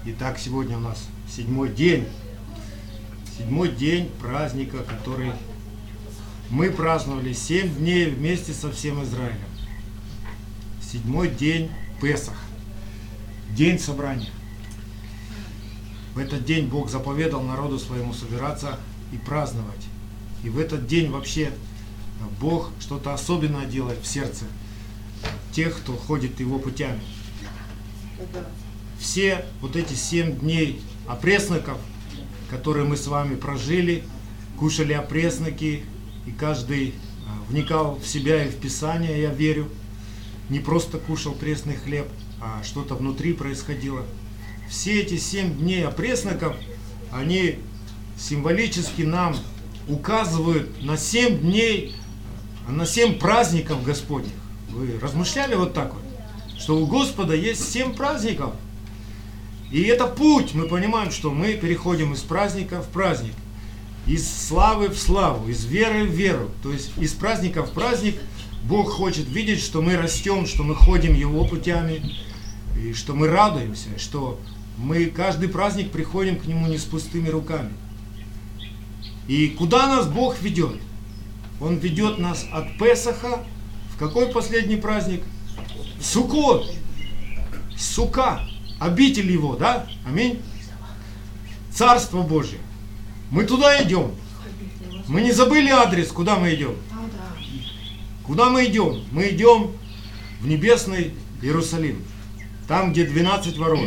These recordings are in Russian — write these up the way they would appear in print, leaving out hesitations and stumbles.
Итак, сегодня у нас седьмой день праздника, который мы праздновали 7 дней вместе со всем Израилем. Седьмой день Песах, день собрания. В этот день Бог заповедал народу своему собираться и праздновать. И в этот день вообще Бог что-то особенное делает в сердце тех, кто ходит Его путями. Все вот эти 7 дней опресноков, которые мы с вами прожили, кушали опресноки, и каждый вникал в себя и в Писание, я верю. Не просто кушал пресный хлеб, а что-то внутри происходило. Все эти 7 дней опресноков, они символически нам указывают на 7 дней, на 7 праздников Господних. Вы размышляли вот так вот, что у Господа есть 7 праздников. И это путь, мы понимаем, что мы переходим из праздника в праздник, из славы в славу, из веры в веру. То есть из праздника в праздник Бог хочет видеть, что мы растем, что мы ходим Его путями, и что мы радуемся, что мы каждый праздник приходим к Нему не с пустыми руками. И куда нас Бог ведет? Он ведет нас от Песаха в какой последний праздник? Суккот, Сука, обитель Его, да? Аминь. Царство Божие. Мы туда идем. Мы не забыли адрес, куда мы идем. Куда мы идем? Мы идем в небесный Иерусалим. Там, где 12 ворот.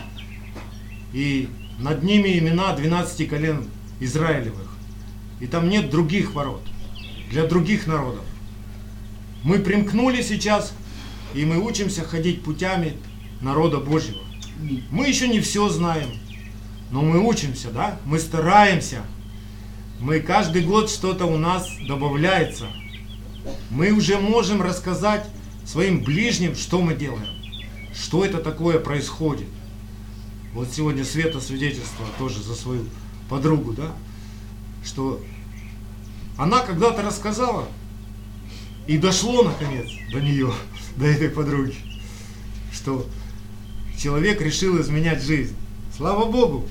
И над ними имена 12 колен Израилевых. И там нет других ворот для других народов. Мы примкнули сейчас, и мы учимся ходить путями народа Божьего. Мы еще не все знаем, но мы учимся, да? Мы стараемся. Мы каждый год что-то у нас добавляется. Мы уже можем рассказать своим ближним, что мы делаем. Что это такое происходит. Вот сегодня Света свидетельствовала тоже за свою подругу, да? Что она когда-то рассказала, и дошло наконец до нее, до этой подруги, что человек решил изменять жизнь. Слава Богу!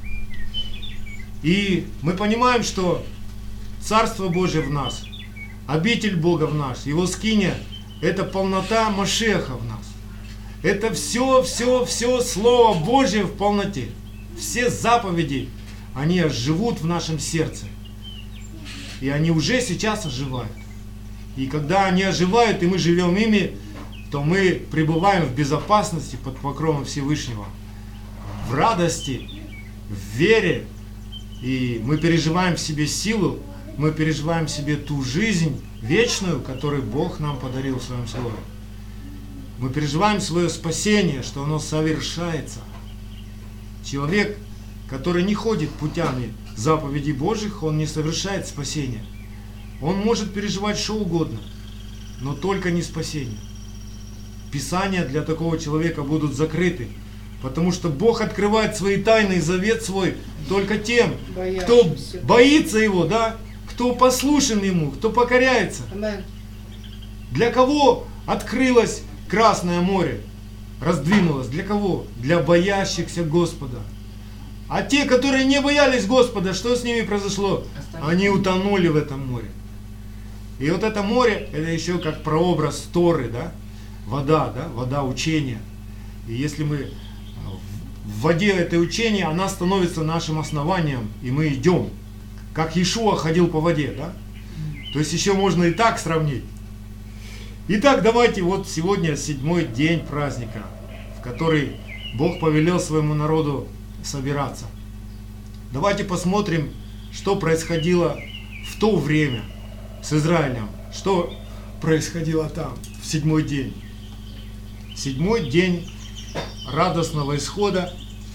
И мы понимаем, что Царство Божие в нас, обитель Бога в нас, Его скиния, это полнота Машеха в нас. Это все Слово Божие в полноте. Все заповеди, они живут в нашем сердце. И они уже сейчас оживают. И когда они оживают, и мы живем ими, то мы пребываем в безопасности под покровом Всевышнего, в радости, в вере, и мы переживаем в себе силу, мы переживаем в себе ту жизнь вечную, которую Бог нам подарил в Своем Слове. Мы переживаем свое спасение, что оно совершается. Человек, который не ходит путями заповедей Божьих, он не совершает спасение. Он может переживать что угодно, но только не спасение. Писания для такого человека будут закрыты, потому что Бог открывает свои тайны и завет свой только тем, кто боится Его, да? Кто послушен Ему, кто покоряется. Для кого открылось Красное море, раздвинулось? Для кого? Для боящихся Господа. А те, которые не боялись Господа, что с ними произошло? Они утонули в этом море. И вот это море, это еще как прообраз Торы, да? Вода, да? Вода учения. И если мы в воде этой учения, она становится нашим основанием, и мы идем. Как Иешуа ходил по воде, да? То есть еще можно и так сравнить. Итак, давайте вот сегодня 7-й день праздника, в который Бог повелел своему народу собираться. Давайте посмотрим, что происходило в то время с Израилем. Что происходило там в 7-й день. 7-й день радостного исхода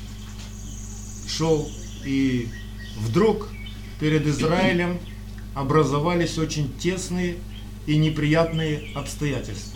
шел, и вдруг перед Израилем образовались очень тесные и неприятные обстоятельства.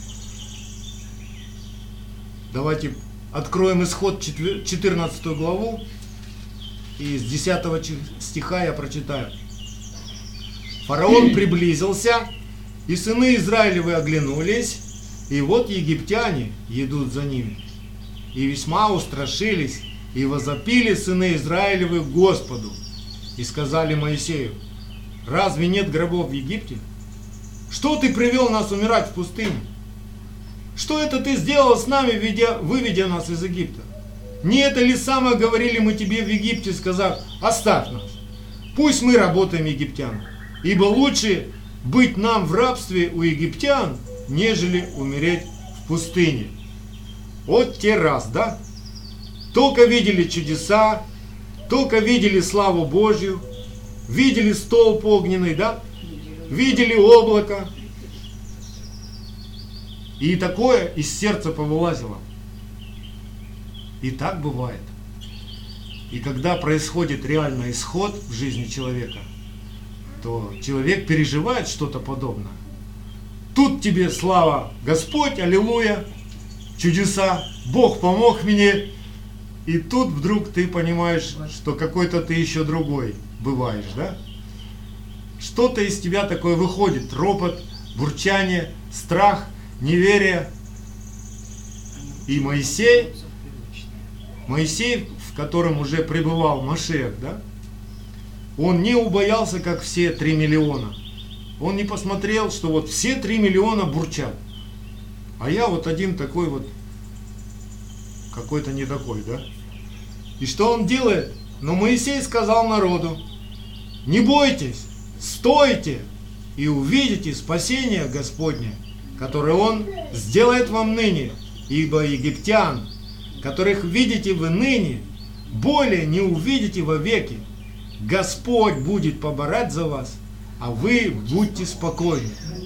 Давайте откроем Исход 14 главу, и с 10 стиха я прочитаю. Фараон приблизился, и сыны Израилевы оглянулись, и вот египтяне идут за ними. И весьма устрашились, И возопили сыны Израилевы к Господу, и сказали Моисею: разве нет гробов в Египте? Что ты привел нас умирать в пустыне? Что это ты сделал с нами, выведя нас из Египта? Не это ли самое говорили мы тебе в Египте, сказав: оставь нас, пусть мы работаем египтянам, ибо лучше быть нам в рабстве у египтян, нежели умереть в пустыне. Вот те раз, да? Только видели чудеса, только видели славу Божью, видели столб огненный, да? Видели облако. И такое из сердца повылазило. И так бывает. И когда происходит реально исход в жизни человека, то человек переживает что-то подобное. Тут тебе слава Господь, аллилуйя, чудеса, Бог помог мне. И тут вдруг ты понимаешь, что какой-то ты еще другой бываешь, да? Что-то из тебя такое выходит, ропот, бурчание, страх, неверие. И Моисей, в котором уже пребывал Машиах, да? Он не убоялся, как все 3 миллиона. Он не посмотрел, что вот все 3 миллиона бурчат. А я вот один такой вот, какой-то не такой, да? И что он делает? Но Моисей сказал народу: не бойтесь, стойте и увидите спасение Господне, которое Он сделает вам ныне, ибо египтян, которых видите вы ныне, более не увидите вовеки. Господь будет поборать за вас, а вы будьте спокойны.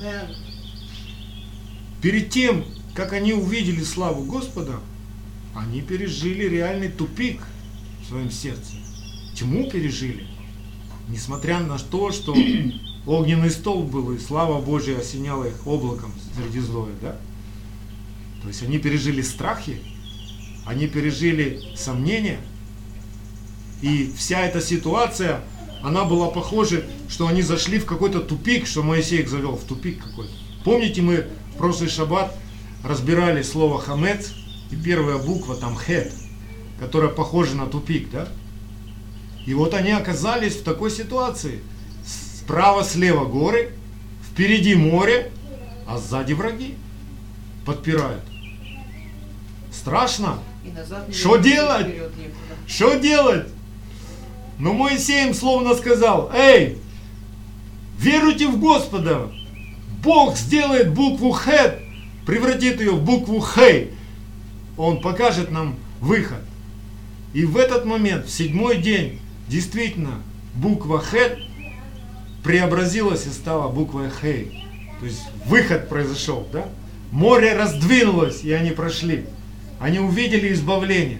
Перед тем, как они увидели славу Господа, они пережили реальный тупик в своем сердце. Тьму пережили. Несмотря на то, что огненный столб был, и слава Божия осеняла их облаком среди злоя, да? То есть они пережили страхи, они пережили сомнения. И вся эта ситуация, она была похожа, что они зашли в какой-то тупик, что Моисей их завел в тупик какой-то. Помните, мы в прошлый шаббат разбирали слово хамец, и первая буква там хет, которая похожа на тупик, да? И вот они оказались в такой ситуации. Справа, слева горы, впереди море, а сзади враги подпирают. Страшно. Что делать? Что делать? Но Моисей им словно сказал: эй, веруйте в Господа. Бог сделает букву Хет, превратит ее в букву Хей. Он покажет нам выход. И в этот момент, в 7-й день, действительно, буква Хет преобразилась и стала буквой Хей. То есть выход произошел, да? Море раздвинулось, и они прошли. Они увидели избавление.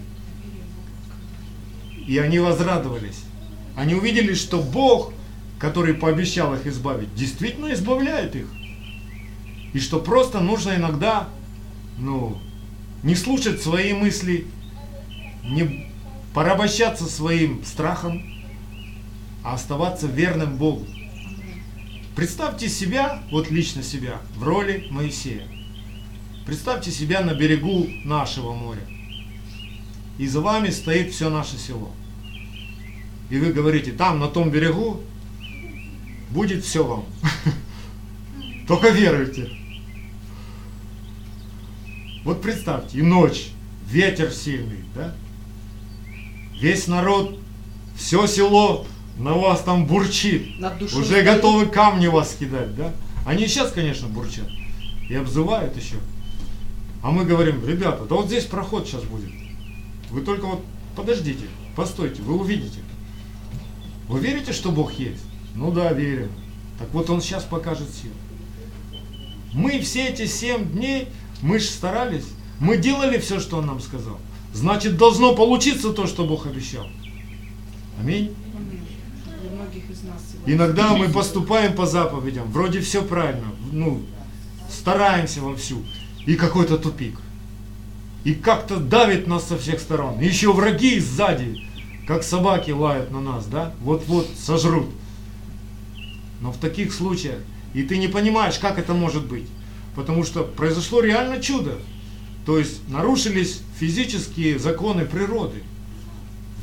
И они возрадовались. Они увидели, что Бог, который пообещал их избавить, действительно избавляет их. И что просто нужно иногда, не слушать свои мысли, не порабощаться своим страхом, а оставаться верным Богу. Представьте себя, вот лично себя, в роли Моисея. Представьте себя на берегу нашего моря. И за вами стоит все наше село. И вы говорите: там, на том берегу, будет все вам. Только веруйте. Вот представьте, и ночь, ветер сильный, да? Весь народ, все село на вас там бурчит. Уже готовы камни вас кидать, да? Они сейчас, конечно, бурчат. И обзывают еще. А мы говорим: ребята, да вот здесь проход сейчас будет. Вы только вот подождите, постойте, вы увидите. Вы верите, что Бог есть? Ну да, верим. Так вот Он сейчас покажет силу. Мы все эти 7 дней, мы же старались, мы делали все, что Он нам сказал. Значит, должно получиться то, что Бог обещал. Аминь. Иногда мы поступаем по заповедям, вроде все правильно, стараемся вовсю, и какой-то тупик. И как-то давит нас со всех сторон. И еще враги сзади, как собаки, лают на нас, да? Вот-вот сожрут. Но в таких случаях, и ты не понимаешь, как это может быть. Потому что произошло реально чудо. То есть нарушились физические законы природы.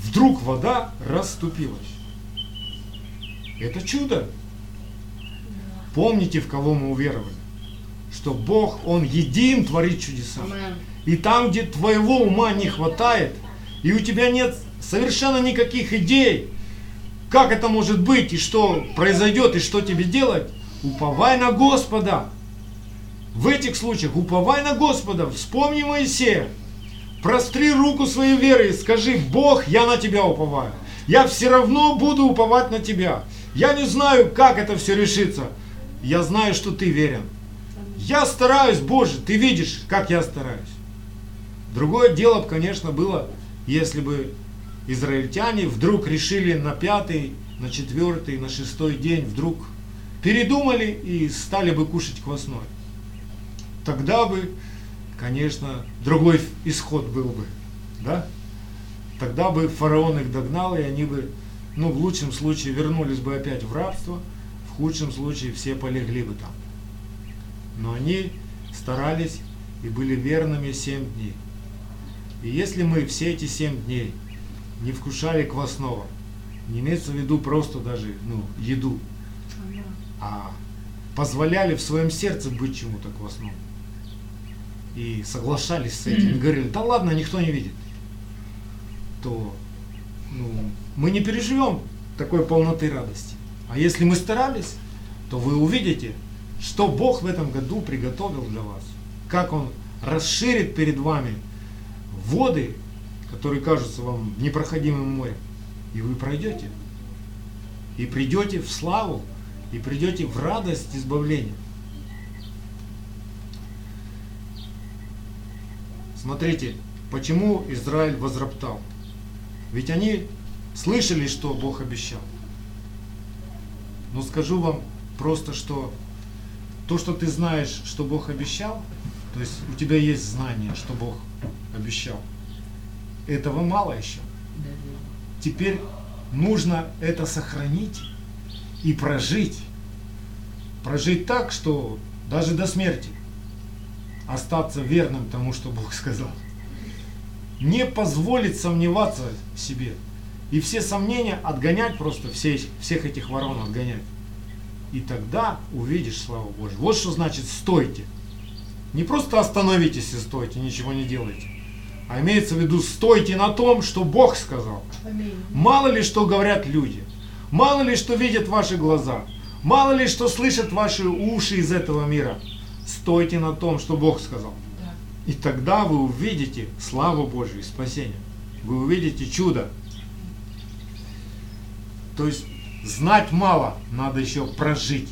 вдруг вода расступилась. Это чудо. Помните, в кого мы уверовали? Что Бог, Он един творит чудеса. И там, где твоего ума не хватает, и у тебя нет совершенно никаких идей, как это может быть, и что произойдет, и что тебе делать, уповай на Господа. В этих случаях уповай на Господа. Вспомни Моисея. Простри руку своей веры и скажи: Бог, я на Тебя уповаю. Я все равно буду уповать на Тебя. Я не знаю, как это все решится. Я знаю, что Ты верен. Я стараюсь, Боже, Ты видишь, как я стараюсь. Другое дело, конечно, было, если бы израильтяне вдруг решили на 5-й, на 4-й, на 6-й день вдруг передумали и стали бы кушать квасное. Тогда бы, конечно, другой исход был бы, да? Тогда бы фараон их догнал, и они бы, в лучшем случае вернулись бы опять в рабство, в худшем случае все полегли бы там. Но они старались и были верными 7 дней. И если мы все эти 7 дней не вкушали квасного, не имеется в виду просто даже еду, а позволяли в своем сердце быть чему-то квасному, и соглашались с этим, и говорили: да ладно, никто не видит, то мы не переживем такой полноты радости. А если мы старались, то вы увидите, что Бог в этом году приготовил для вас, как Он расширит перед вами воды, которые кажутся вам непроходимым морем, и вы пройдете, и придете в славу, и придете в радость избавления. Смотрите, почему Израиль возроптал? Ведь они слышали, что Бог обещал. Но скажу вам просто, что то, что ты знаешь, что Бог обещал, то есть у тебя есть знание, что Бог обещал, этого мало еще. Теперь нужно это сохранить и прожить. Прожить так, что даже до смерти остаться верным тому, что Бог сказал. Не позволить сомневаться в себе. И все сомнения отгонять просто, всех этих ворон отгонять. И тогда увидишь славу Божию. Вот что значит стойте. Не просто остановитесь и стойте, ничего не делайте. А имеется в виду, стойте на том, что Бог сказал. Мало ли что говорят люди. Мало ли что видят ваши глаза. Мало ли что слышат ваши уши из этого мира. Стойте на том, что Бог сказал. И тогда вы увидите славу Божию и спасение. Вы увидите чудо. То есть знать мало, надо еще прожить.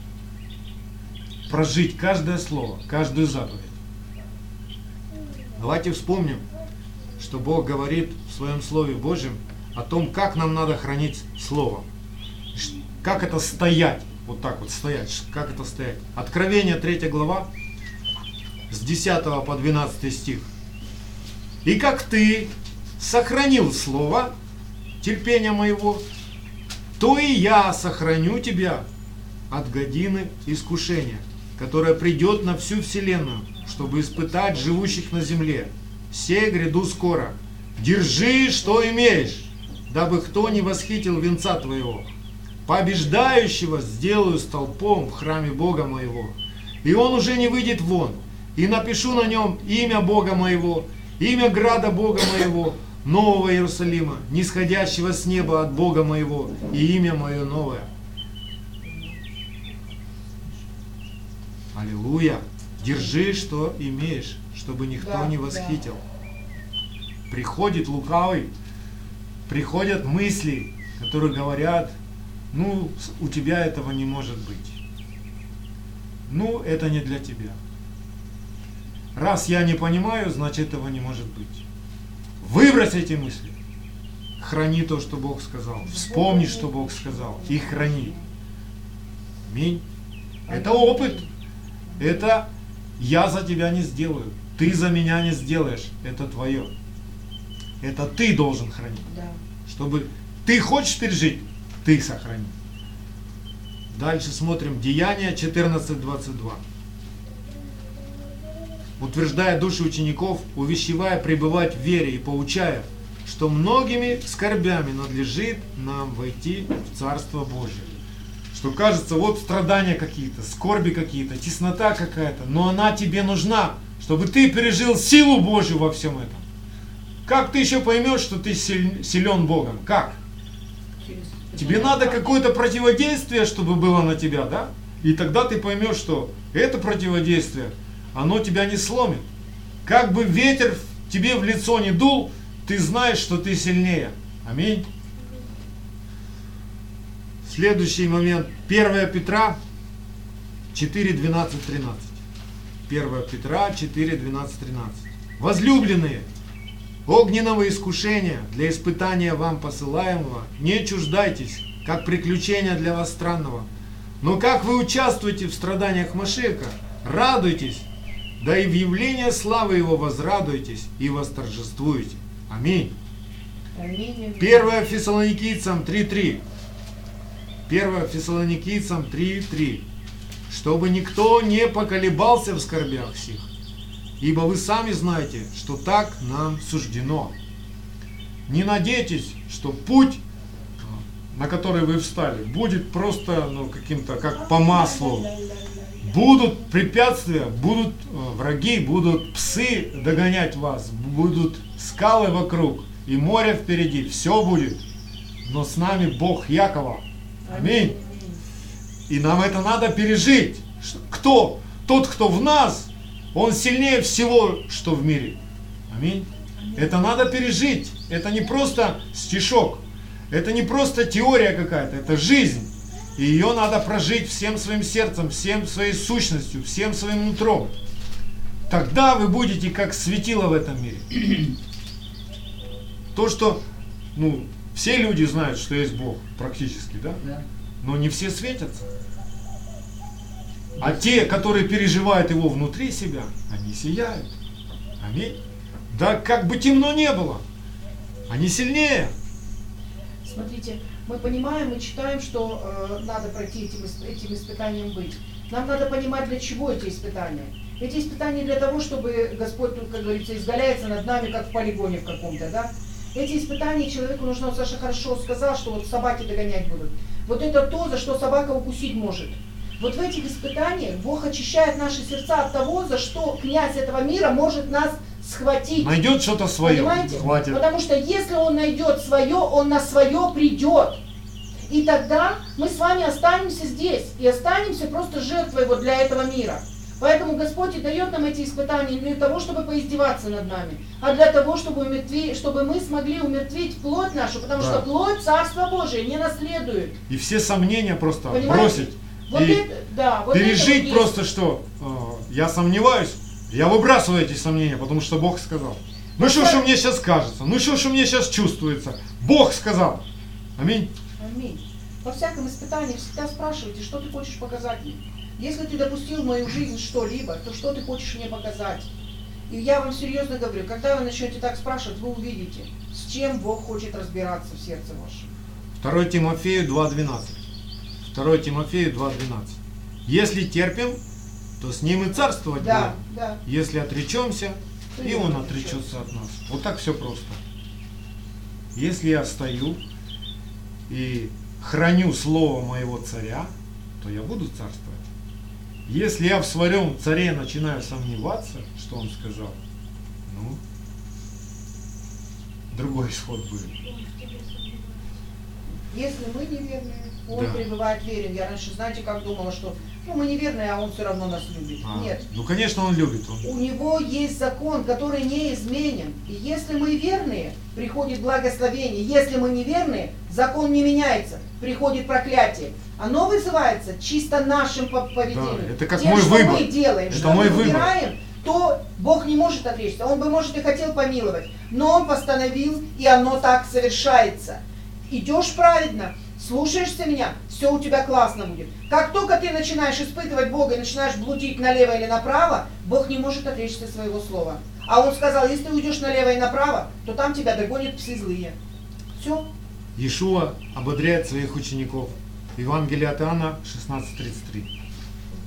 Прожить каждое слово, каждую заповедь. Давайте вспомним, что Бог говорит в Своем Слове Божьем о том, как нам надо хранить Слово. Как это стоять, вот так вот стоять, как это стоять. Откровение 3 глава, с 10 по 12 стих. «И как ты сохранил Слово терпения моего, то и я сохраню тебя от годины искушения, которая придет на всю вселенную, чтобы испытать живущих на земле. Сей гряду скоро. Держи, что имеешь, дабы кто не восхитил венца твоего. Побеждающего сделаю столпом в храме Бога моего, и он уже не выйдет вон. И напишу на нем имя Бога моего, имя града Бога моего, Нового Иерусалима, нисходящего с неба от Бога моего, и имя мое новое». Аллилуйя! Держи, что имеешь, чтобы никто не восхитил. Приходит лукавый, приходят мысли, которые говорят: у тебя этого не может быть. Это не для тебя. Раз я не понимаю, значит этого не может быть. Выбрось эти мысли. Храни то, что Бог сказал. Вспомни, что Бог сказал, и храни. Аминь. Это опыт. Это я за тебя не сделаю. Ты за меня не сделаешь. Это твое. Это ты должен хранить. Чтобы ты хочешь пережить, ты сохрани. Дальше смотрим Деяния 14:22. «Утверждая души учеников, увещевая пребывать в вере и поучая, что многими скорбями надлежит нам войти в Царство Божие. Что кажется, вот страдания какие-то, скорби какие-то, теснота какая-то, но она тебе нужна, чтобы ты пережил силу Божью во всем этом. Как ты еще поймешь, что ты силен Богом? Как? Тебе надо какое-то противодействие, чтобы было на тебя, да? И тогда ты поймешь, что это противодействие, оно тебя не сломит. Как бы ветер тебе в лицо не дул, ты знаешь, что ты сильнее. Аминь. Следующий момент. 1 Петра 4, 12, 13. 1 Петра 4, 12, 13. Возлюбленные, огненного искушения для испытания вам посылаемого не чуждайтесь, как приключения для вас странного. Но как вы участвуете в страданиях Машиаха, радуйтесь, да и в явлении славы Его возрадуйтесь и восторжествуете. Аминь. 1 Фессалоникийцам 3:3. 1 Фессалоникийцам 3:3. Чтобы никто не поколебался в скорбях сих, ибо вы сами знаете, что так нам суждено. Не надейтесь, что путь, на который вы встали, будет просто каким-то, как по маслу. Будут препятствия, будут враги, будут псы догонять вас, будут скалы вокруг и море впереди, все будет. Но с нами Бог Якова. Аминь. И нам это надо пережить. Кто? Тот, кто в нас, он сильнее всего, что в мире. Аминь. Это надо пережить. Это не просто стишок. Это не просто теория какая-то. Это жизнь. И ее надо прожить всем своим сердцем, всем своей сущностью, всем своим нутром. Тогда вы будете как светило в этом мире. То, что, все люди знают, что есть Бог, практически, да? Но не все светятся. А те, которые переживают Его внутри себя, они сияют. Аминь. Да как бы темно не было, они сильнее. Смотрите, мы понимаем, мы читаем, что надо пройти этим испытанием быть. Нам надо понимать, для чего эти испытания. Эти испытания для того, чтобы Господь тут, как говорится, изгаляется над нами, как в полигоне в каком-то, да? Эти испытания человеку нужно, Саша хорошо сказал, что вот собаки догонять будут. Вот это то, за что собака укусить может. Вот в этих испытаниях Бог очищает наши сердца от того, за что князь этого мира может нас схватить. Найдет что-то свое. Понимаете? Хватит. Потому что если он найдет свое, он на свое придет. И тогда мы с вами останемся здесь. И останемся просто жертвой вот для этого мира. Поэтому Господь и дает нам эти испытания не для того, чтобы поиздеваться над нами, а для того, чтобы мы смогли умертвить плоть нашу, потому что плоть Царство Божие не наследует. И все сомнения просто бросить. Вот и вот пережить вот просто, что я сомневаюсь, я выбрасываю эти сомнения, потому что Бог сказал. Ну что ж мне сейчас кажется, ну что ж мне сейчас чувствуется, Бог сказал. Аминь. Аминь. Во всяком испытании всегда спрашивайте, что ты хочешь показать мне. Если ты допустил в мою жизнь что-либо, то что ты хочешь мне показать? И я вам серьезно говорю, когда вы начнете так спрашивать, вы увидите, с чем Бог хочет разбираться в сердце вашем. 2 Тимофею 2:12. 2 Тимофею 2:12. Если терпим, то с ним и царствовать будем. Да. Если отречемся, и он отречется от нас. Вот так все просто. Если я стою и храню слово моего царя, то я буду царствовать. Если я в своем царе начинаю сомневаться, что он сказал, другой исход будет. Если мы неверные, он пребывает верен. Я раньше, знаете, как думала, что мы неверные, а он все равно нас любит. Нет. Ну, конечно, он любит. У него есть закон, который не изменен. И если мы верные, приходит благословение. Если мы неверные, закон не меняется. Приходит проклятие. Оно вызывается чисто нашим поведением. Да, это как тем, мой что выбор. мы делаем, это что мой мы выбор. выбираем, то Бог не может отречься. Он бы, может, и хотел помиловать. Но Он постановил, и оно так совершается. Идешь праведно, слушаешься меня, все у тебя классно будет. Как только ты начинаешь испытывать Бога и начинаешь блудить налево или направо, Бог не может отречься от своего слова. А Он сказал, если ты уйдешь налево и направо, то там тебя догонят псы злые. Все. Иешуа ободряет своих учеников. Евангелие от Иоанна 16:33.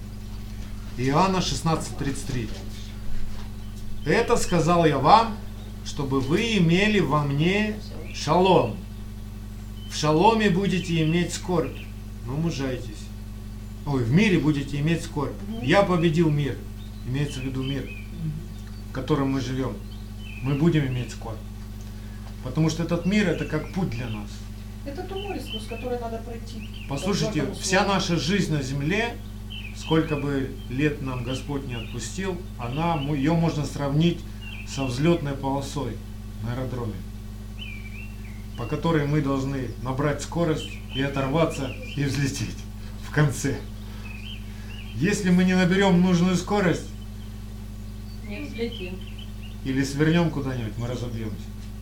Иоанна 16:33. Это сказал я вам, чтобы вы имели во мне шалом. В шаломе будете иметь скорбь, но мужайтесь. Ой, в мире будете иметь скорбь. Я победил мир. Имеется в виду мир, в котором мы живем. Мы будем иметь скорбь. Потому что этот мир это как путь для нас. Это то море, сквозь которое надо пройти. Послушайте, вся наша жизнь на земле, сколько бы лет нам Господь не отпустил, ее можно сравнить со взлетной полосой на аэродроме, по которой мы должны набрать скорость и оторваться и взлететь в конце. Если мы не наберем нужную скорость, Не взлетим. или свернем куда-нибудь, мы разобьемся.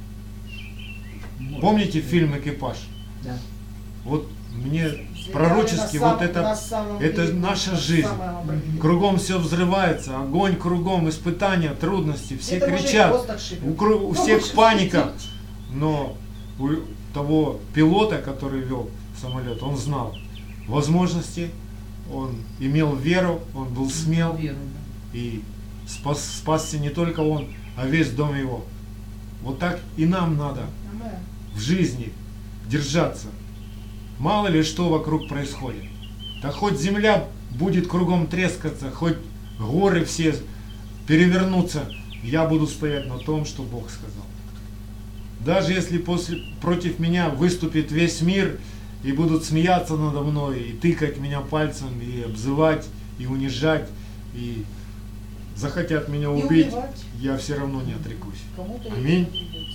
Помните фильм «Экипаж»? Да. Вот мне пророчески вот это наша жизнь. Кругом все взрывается, огонь кругом, испытания, трудности, все кричат, у всех паника. Но у того пилота, который вел самолет, он знал возможности, он имел веру, он был смел и спасся не только он, а весь дом его. Вот так и нам надо в жизни держаться. Мало ли что вокруг происходит. Да хоть земля будет кругом трескаться, хоть горы все перевернутся, я буду стоять на том, что Бог сказал. Даже если против меня выступит весь мир и будут смеяться надо мной, и тыкать меня пальцем, и обзывать, и унижать, и захотят меня убить, я все равно не отрекусь. Аминь.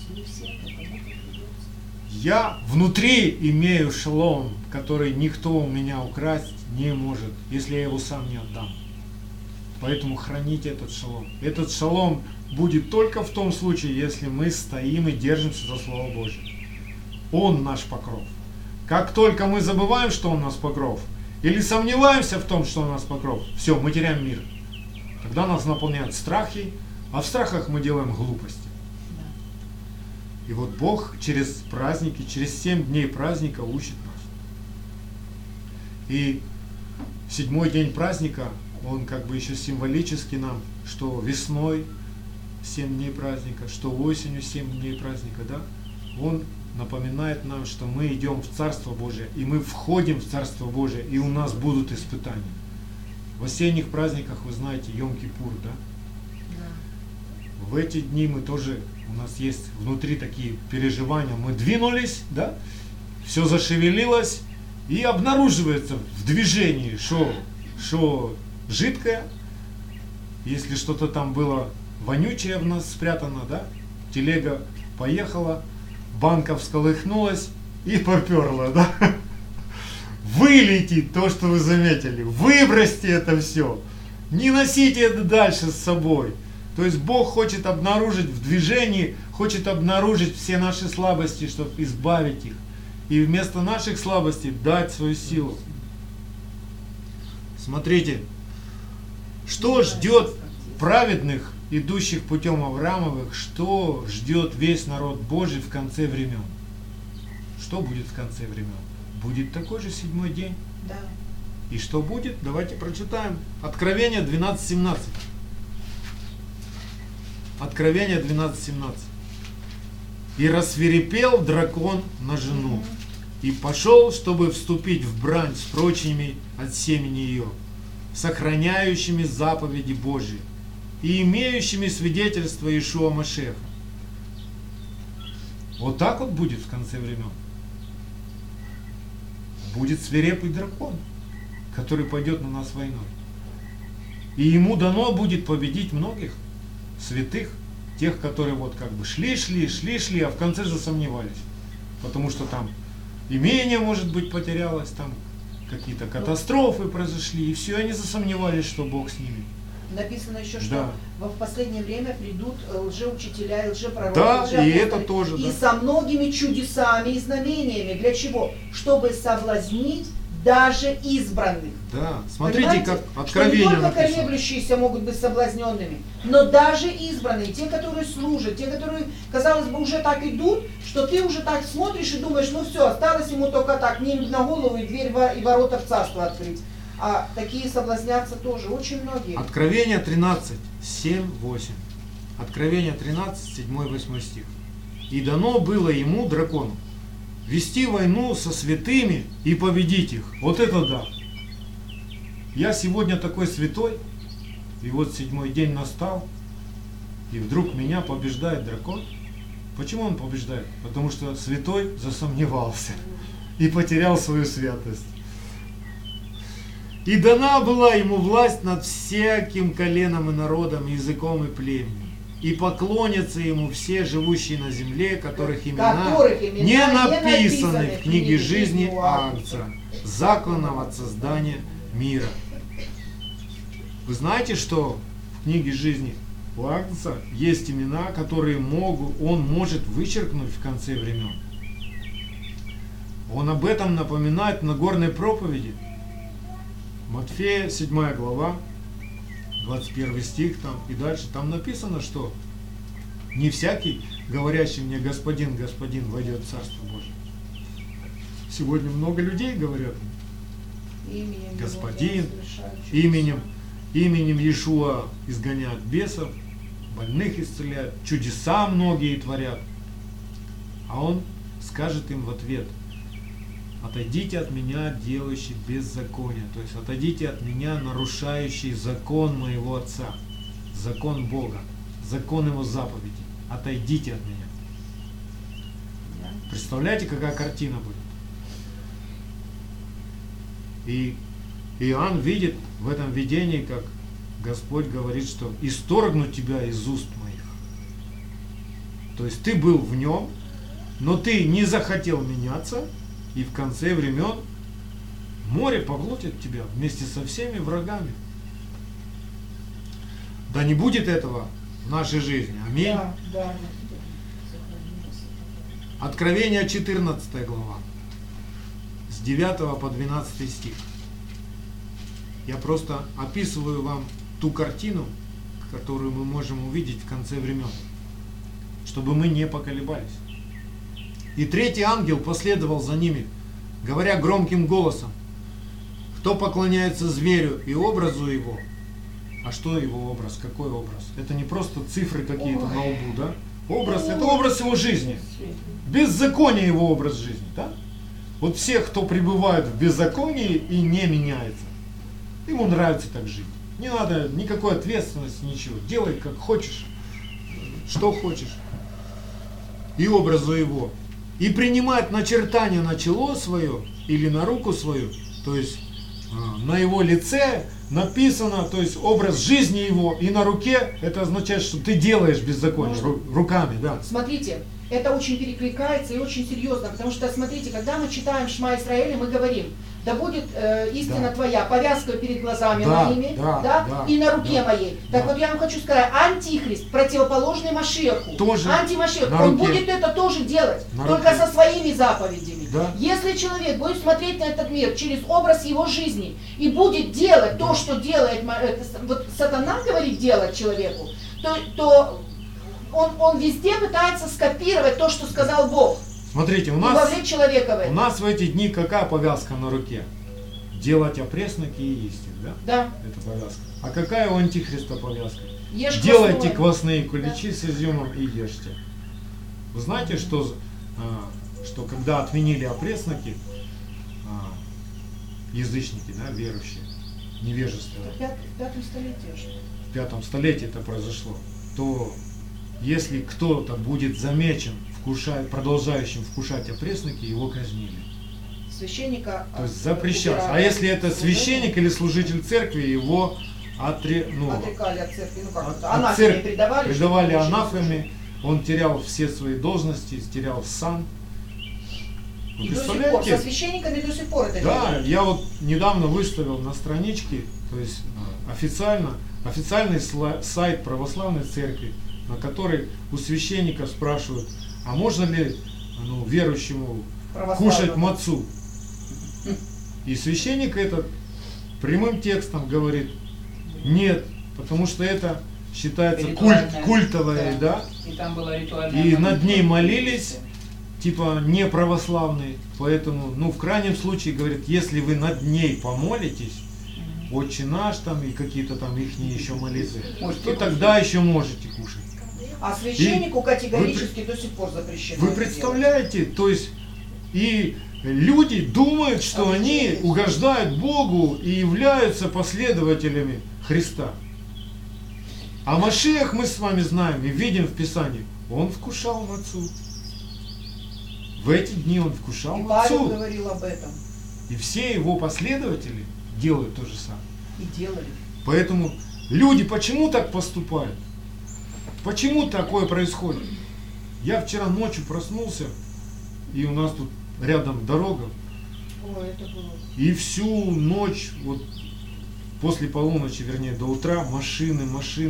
Я внутри имею шалом, который никто у меня украсть не может, если я его сам не отдам. Поэтому храните этот шалом. Этот шалом будет только в том случае, если мы стоим и держимся за Слово Божье. Он наш покров. Как только мы забываем, что Он наш покров, или сомневаемся в том, что Он наш покров, все, мы теряем мир. Тогда нас наполняют страхи, а в страхах мы делаем глупости. И вот Бог через праздники, через 7 дней праздника учит нас. И 7-й день праздника, он как бы еще символически нам, что весной 7 дней праздника, что осенью 7 дней праздника, да? Он напоминает нам, что мы идем в Царство Божие, и мы входим в Царство Божие, и у нас будут испытания. В осенних праздниках, вы знаете, Йом-Кипур, да? В эти дни мы тоже, у нас есть внутри такие переживания, мы двинулись, да, все зашевелилось, и обнаруживается в движении, что жидкое, если что-то там было вонючее в нас спрятано, да, телега поехала, банка всколыхнулась и поперла, да. Вылейте то, что вы заметили, выбросьте это все, не носите это дальше с собой. То есть Бог хочет обнаружить в движении, хочет обнаружить все наши слабости, чтобы избавить их. И вместо наших слабостей дать свою силу. Смотрите, что ждет праведных, идущих путем Авраамовых, что ждет весь народ Божий в конце времен? Что будет в конце времен? Будет такой же 7-й день. Да. И что будет? Давайте прочитаем. Откровение 12:17. Откровение 12:17. И рассвирепел дракон на жену, и пошел, чтобы вступить в брань с прочими от семени ее, сохраняющими заповеди Божьи и имеющими свидетельство Иешуа Машеха. Вот так вот будет в конце времен. Будет свирепый дракон, который пойдет на нас войной. И ему дано будет победить многих святых, тех, которые вот как бы шли, а в конце засомневались. Потому что там имение, может быть, потерялось, там какие-то катастрофы произошли, и все, они засомневались, что Бог с ними. Написано еще, что Да. в последнее время придут лжеучителя, лжепророки, Да, лжеапостолы, и это тоже, и да. со многими чудесами и знамениями. Для чего? Чтобы соблазнить даже избранных. Да, смотрите, Понимаете, как что не откровение только написано. колеблющиеся могут быть соблазненными, но даже избранные, те, которые служат, те, которые, казалось бы, уже так идут, что ты уже так смотришь и думаешь, ну все, осталось ему только так, не на голову и дверь и ворота в царство открыть. А такие соблазнятся тоже очень многие. Откровение 13, 7, 8. Откровение 13, 7-8 стих. «И дано было ему, дракону, вести войну со святыми и победить их». Вот это да! Я сегодня такой святой, и вот 7-й день настал, и вдруг меня побеждает дракон. Почему он побеждает? Потому что святой засомневался и потерял свою святость. «И дана была ему власть над всяким коленом и народом, языком и племенем. И поклонятся ему все живущие на земле, которых имена не написаны в книге жизни Агнца, законом от создания мира». Вы знаете, что в книге жизни у Агнца есть имена, которые он может вычеркнуть в конце времен. Он об этом напоминает в Нагорной проповеди. Матфея, 7 глава, 21 стих там и дальше. Там написано, что не всякий, говорящий мне «Господин, Господин», войдет в Царство Божие. Сегодня много людей говорят «Господин», именем Иешуа изгоняют бесов, больных исцеляют, чудеса многие творят. А он скажет им в ответ: «Отойдите от меня, делающие беззаконие». То есть отойдите от меня, нарушающие закон моего Отца, закон Бога, закон Его заповедей. Отойдите от меня. Представляете, какая картина будет? И Иоанн видит в этом видении, как Господь говорит, что «исторгну тебя из уст моих». То есть ты был в нем, но ты не захотел меняться, и в конце времен море поглотит тебя вместе со всеми врагами. Да не будет этого в нашей жизни. Аминь. Да. Откровение 14 глава, с 9 по 12 стих. Я просто описываю вам ту картину, которую мы можем увидеть в конце времен, чтобы мы не поколебались. «И третий ангел последовал за ними, говоря громким голосом: кто поклоняется зверю и образу его». А что его образ? Какой образ? Это не просто цифры какие-то на лбу, да? Образ, это образ его жизни. Беззаконие его образ жизни, да? Вот все, кто пребывает в беззаконии и не меняется, ему нравится так жить. Не надо никакой ответственности, ничего. Делай как хочешь, что хочешь. И образу его. И принимает начертание на чело свое или на руку свою, то есть на его лице написано, то есть образ жизни его, и на руке это означает, что ты делаешь беззаконие руками, да. Смотрите, это очень перекликается и очень серьезно, потому что, смотрите, когда мы читаем Шма Исраэля, мы говорим: да будет истина твоя повязкой перед глазами моими, и на руке моей. Так вот я вам хочу сказать, антихрист, противоположный Машиаху, антимашиах, он будет это тоже делать, только со своими заповедями. Да. Если человек будет смотреть на этот мир через образ его жизни и будет делать то, что делает, вот сатана говорит делать человеку, то он везде пытается скопировать то, что сказал Бог. Смотрите, у нас в эти дни какая повязка на руке? Делать опресноки и есть их, да? Да. Это повязка. А какая у антихриста повязка? Ешь делайте квасные куличи с изюмом и ешьте. Вы знаете, что когда отменили опресноки, язычники, да, верующие, невежественные, в 5 столетии. В 5 столетии это произошло, то если кто-то будет замечен продолжающим вкушать опресноки, его казнили. Священника. То есть запрещалось. А если это священник или служитель церкви, его отрекали от церкви, анафеме предавали анафеме, он терял все свои должности, терял сан. И до сих пор, со священниками до сих пор это делают. Я вот недавно выставил на страничке, то есть официальный сайт православной церкви, на который у священников спрашивают: а можно ли верующему кушать мацу? И священник этот прямым текстом говорит: нет, потому что это считается культовая еда. И там была ритуальная. И над ней молились, типа не православные. Поэтому, в крайнем случае, говорит, если вы над ней помолитесь, Отче наш там и какие-то там ихние еще молитвы, то тогда еще можете кушать. А священнику категорически до сих пор запрещено. Вы это представляете, то есть и люди думают, что они угождают Богу и являются последователями Христа. А Машиах мы с вами знаем и видим в Писании, он вкушал мацу. В эти дни он вкушал делать. И Павел мацу. говорил об этом. И все его последователи делают то же самое. И делали. Поэтому люди почему так поступают? Почему такое происходит? Я вчера ночью проснулся, и у нас тут рядом дорога, Ой, это было. и всю ночь, вот после полуночи, вернее до утра, машины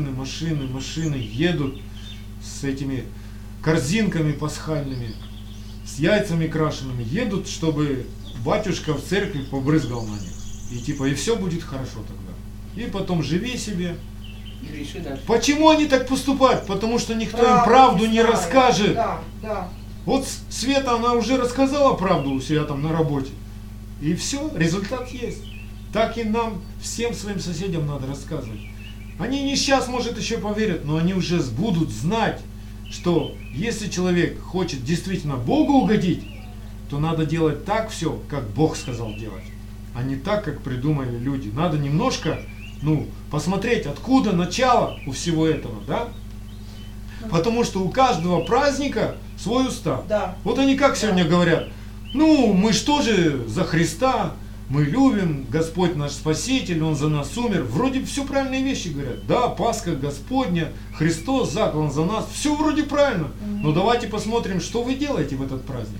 едут с этими корзинками пасхальными, с яйцами крашенными, едут, чтобы батюшка в церкви побрызгал на них. И типа, и все будет хорошо тогда. И потом живи себе. И греши дальше. Почему они так поступают? Потому что никто им правду не знает. расскажет. Да, да. Вот Света, она уже рассказала правду у себя там на работе. И все, результат есть. Так и нам, всем своим соседям надо рассказывать. Они не сейчас, может, еще поверят, но они уже будут знать, что если человек хочет действительно Богу угодить, то надо делать так все, как Бог сказал делать, а не так, как придумали люди. Надо немножко, посмотреть, откуда начало у всего этого, да? Потому что у каждого праздника свой устав. Да. Вот они как сегодня говорят, мы что же за Христа, мы любим, Господь наш Спаситель, Он за нас умер. Вроде все правильные вещи говорят. Да, Пасха Господня, Христос заклан за нас, все вроде правильно. Но давайте посмотрим, что вы делаете в этот праздник.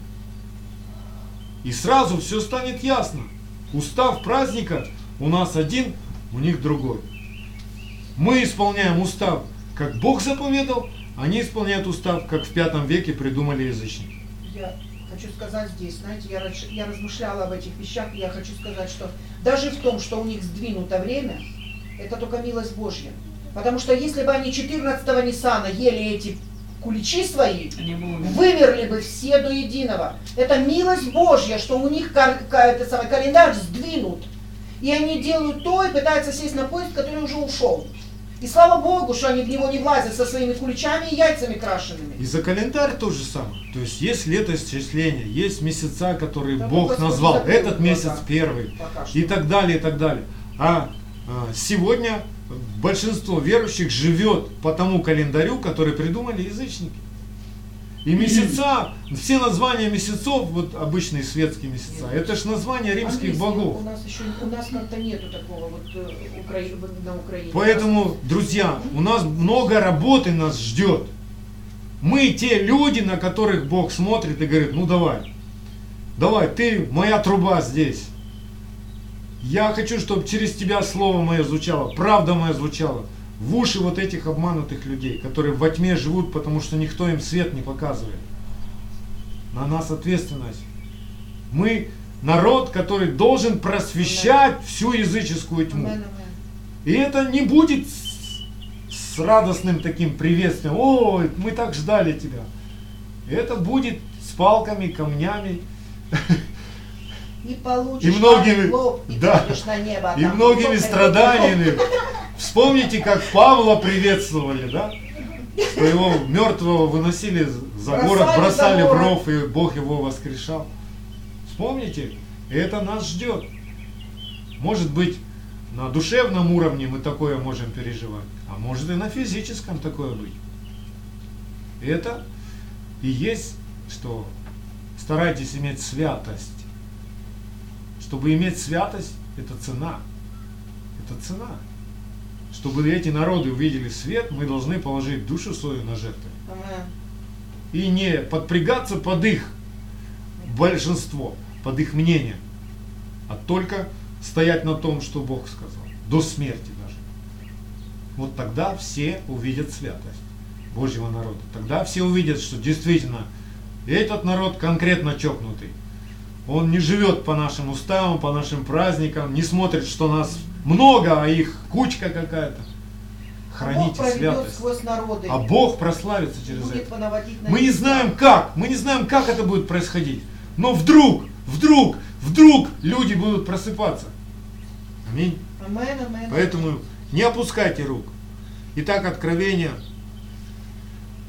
И сразу все станет ясно. Устав праздника у нас один, у них другой. Мы исполняем устав, как Бог заповедал, они исполняют устав, как в 5 веке придумали язычники. Я хочу сказать здесь, знаете, я размышляла об этих вещах, и я хочу сказать, что даже в том, что у них сдвинуто время, это только милость Божья. Потому что если бы они 14-го Ниссана ели эти куличи свои, вымерли бы все до единого. Это милость Божья, что у них календарь сдвинут. И они делают то и пытаются сесть на поезд, который уже ушел. И слава Богу, что они в него не влазят со своими куличами и яйцами крашенными. И за календарь то же самое. То есть есть летоисчисление, есть месяца, которые Да, Бог Господь назвал. закрыл Этот месяц глаза. первый. Пока что. И так далее, и так далее. А сегодня большинство верующих живет по тому календарю, который придумали язычники. И месяца, все названия месяцев, вот обычные светские месяца, это ж названия римских Английский богов. У нас как-то нету такого на Украине. Поэтому, друзья, у нас много работы нас ждет. Мы те люди, на которых Бог смотрит и говорит, давай, ты моя труба здесь. Я хочу, чтобы через тебя слово мое звучало, правда моя звучала в уши вот этих обманутых людей, которые во тьме живут, потому что никто им свет не показывает. На нас ответственность. Мы народ, который должен просвещать всю языческую тьму. И это не будет с радостным таким приветствием. Ой, мы так ждали тебя. Это будет с палками, камнями. Не получишь И многими, лоб, и да, пойдешь на небо. и многими страданиями. Вспомните, как Павла приветствовали, да? Что его мертвого выносили за город, бросали в ров, и Бог его воскрешал. Вспомните, это нас ждет. Может быть, на душевном уровне мы такое можем переживать, а может и на физическом такое быть. Это и есть, что старайтесь иметь святость. Чтобы иметь святость, это цена. Это цена. Чтобы эти народы увидели свет, мы должны положить душу свою на жертву. И не подпрягаться под их большинство, под их мнение, а только стоять на том, что Бог сказал. До смерти даже. Вот тогда все увидят святость Божьего народа. Тогда все увидят, что действительно этот народ конкретно чокнутый. Он не живет по нашим уставам, по нашим праздникам, не смотрит, что нас много, а их кучка какая-то. Храните святость. А Бог прославится через это. Мы не знаем как это будет происходить. Но вдруг люди будут просыпаться. Аминь. Поэтому не опускайте рук. Итак, Откровение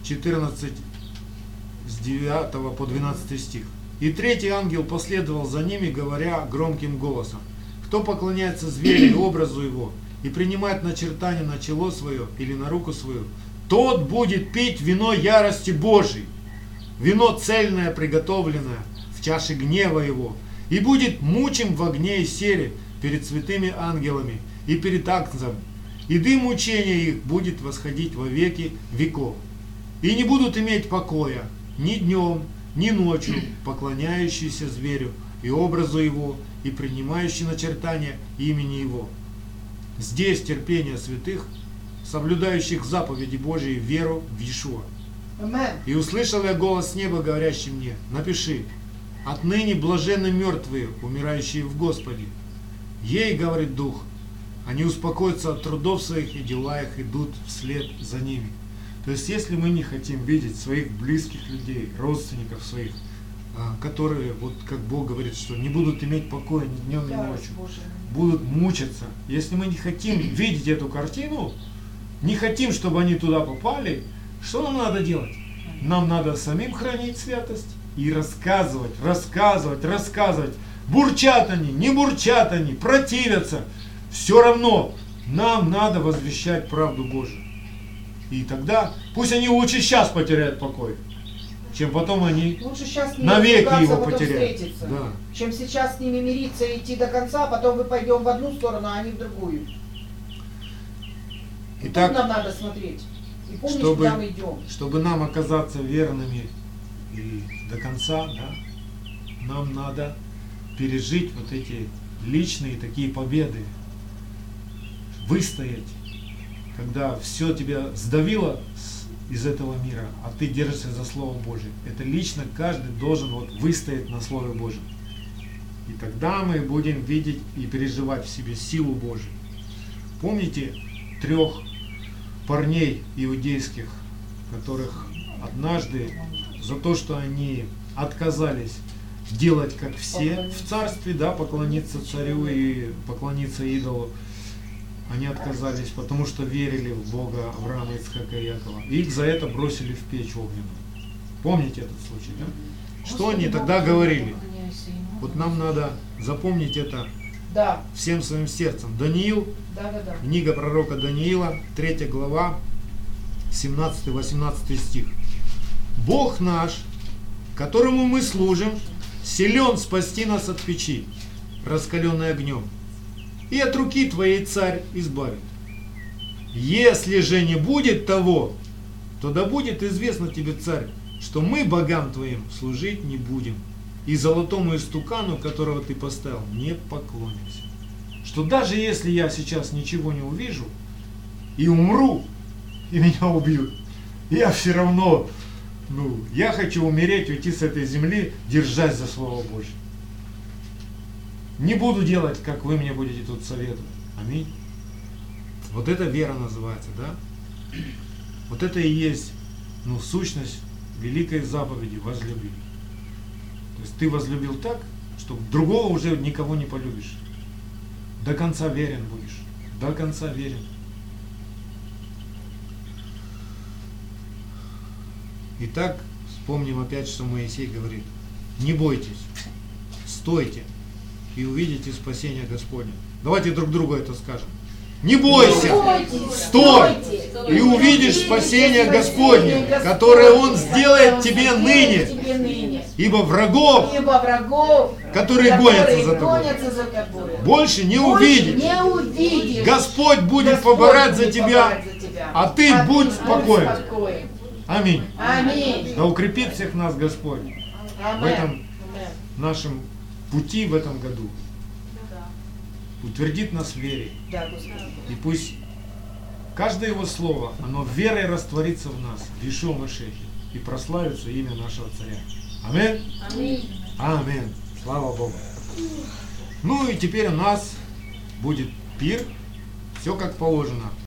14 с 9 по 12 стих. «И третий ангел последовал за ними, говоря громким голосом: кто поклоняется зверю и образу его, и принимает начертание на чело свое или на руку свою, тот будет пить вино ярости Божией, вино цельное, приготовленное в чаше гнева его, и будет мучим в огне и сере перед святыми ангелами и перед Агнцем, и дым мучения их будет восходить во веки веков. И не будут иметь покоя ни днем, ни ночью, поклоняющиеся зверю и образу его, и принимающие начертания имени его». Здесь терпение святых, соблюдающих заповеди Божьей, веру в Иешуа. Амен. «И услышал я голос с неба, говорящий мне: напиши, отныне блаженны мертвые, умирающие в Господе. Ей, говорит Дух, они успокоятся от трудов своих, и дела их идут вслед за ними». То есть, если мы не хотим видеть своих близких людей, родственников своих, которые, вот как Бог говорит, что не будут иметь покоя ни днем, ни Ярость ночью, Божия. будут мучиться. Если мы не хотим видеть эту картину, не хотим, чтобы они туда попали, что нам надо делать? Нам надо самим хранить святость и рассказывать. Бурчат они, не бурчат они, противятся. Все равно нам надо возвещать правду Божию. И тогда пусть они лучше сейчас потеряют покой, чем потом они Лучше сейчас с ними навеки ругаться, его потом потеряют. встретиться, Да. чем сейчас с ними мириться и идти до конца, а потом мы пойдем в одну сторону, а они в другую. И тут нам Итак, надо смотреть. И помнить, куда мы идем. чтобы нам оказаться верными и до конца, да, нам надо пережить вот эти личные такие победы, выстоять, когда все тебя сдавило из этого мира, а ты держишься за Слово Божие. Это лично каждый должен вот выстоять на Слове Божьем. И тогда мы будем видеть и переживать в себе силу Божию. Помните 3 парней иудейских, которых однажды за то, что они отказались делать как все в царстве, да, поклониться царю и поклониться идолу, они отказались, потому что верили в Бога Авраама, Ицхака и Якова. И их за это бросили в печь огненную. Помните этот случай, да? Что они тогда говорили? Вот нам надо запомнить это Да, всем своим сердцем. Даниил, да. книга пророка Даниила, 3 глава, 17-18 стих. «Бог наш, которому мы служим, силен спасти нас от печи, раскаленной огнем, и от руки твоей царь избавит. Если же не будет того, то да будет известно тебе, царь, что мы богам твоим служить не будем, и золотому истукану, которого ты поставил, не поклонимся». Что даже если я сейчас ничего не увижу и умру, и меня убьют, я все равно, я хочу умереть, уйти с этой земли, держась за Слово Божье. Не буду делать, как вы мне будете тут советовать. Аминь. Вот это вера называется, да? Вот это и есть, сущность великой заповеди: возлюби. То есть ты возлюбил так, что другого уже никого не полюбишь. До конца верен будешь. До конца верен. Итак, вспомним опять, что Моисей говорит: не бойтесь, стойте и увидите спасение Господне. Давайте друг другу это скажем. Не бойся, стой и увидишь спасение Господне, которое Он сделает тебе ныне, ибо врагов, которые гонятся за тобой, больше не увидишь. Господь будет поборать за тебя, а ты будь спокоен. Аминь. Да укрепит всех нас Господь в этом нашем пути в этом году. Утвердит нас в вере. И пусть каждое Его слово, оно верой растворится в нас, в Иешуа Машехе, и прославится имя нашего Царя. Аминь. Аминь. Слава Богу. И теперь у нас будет пир, все как положено.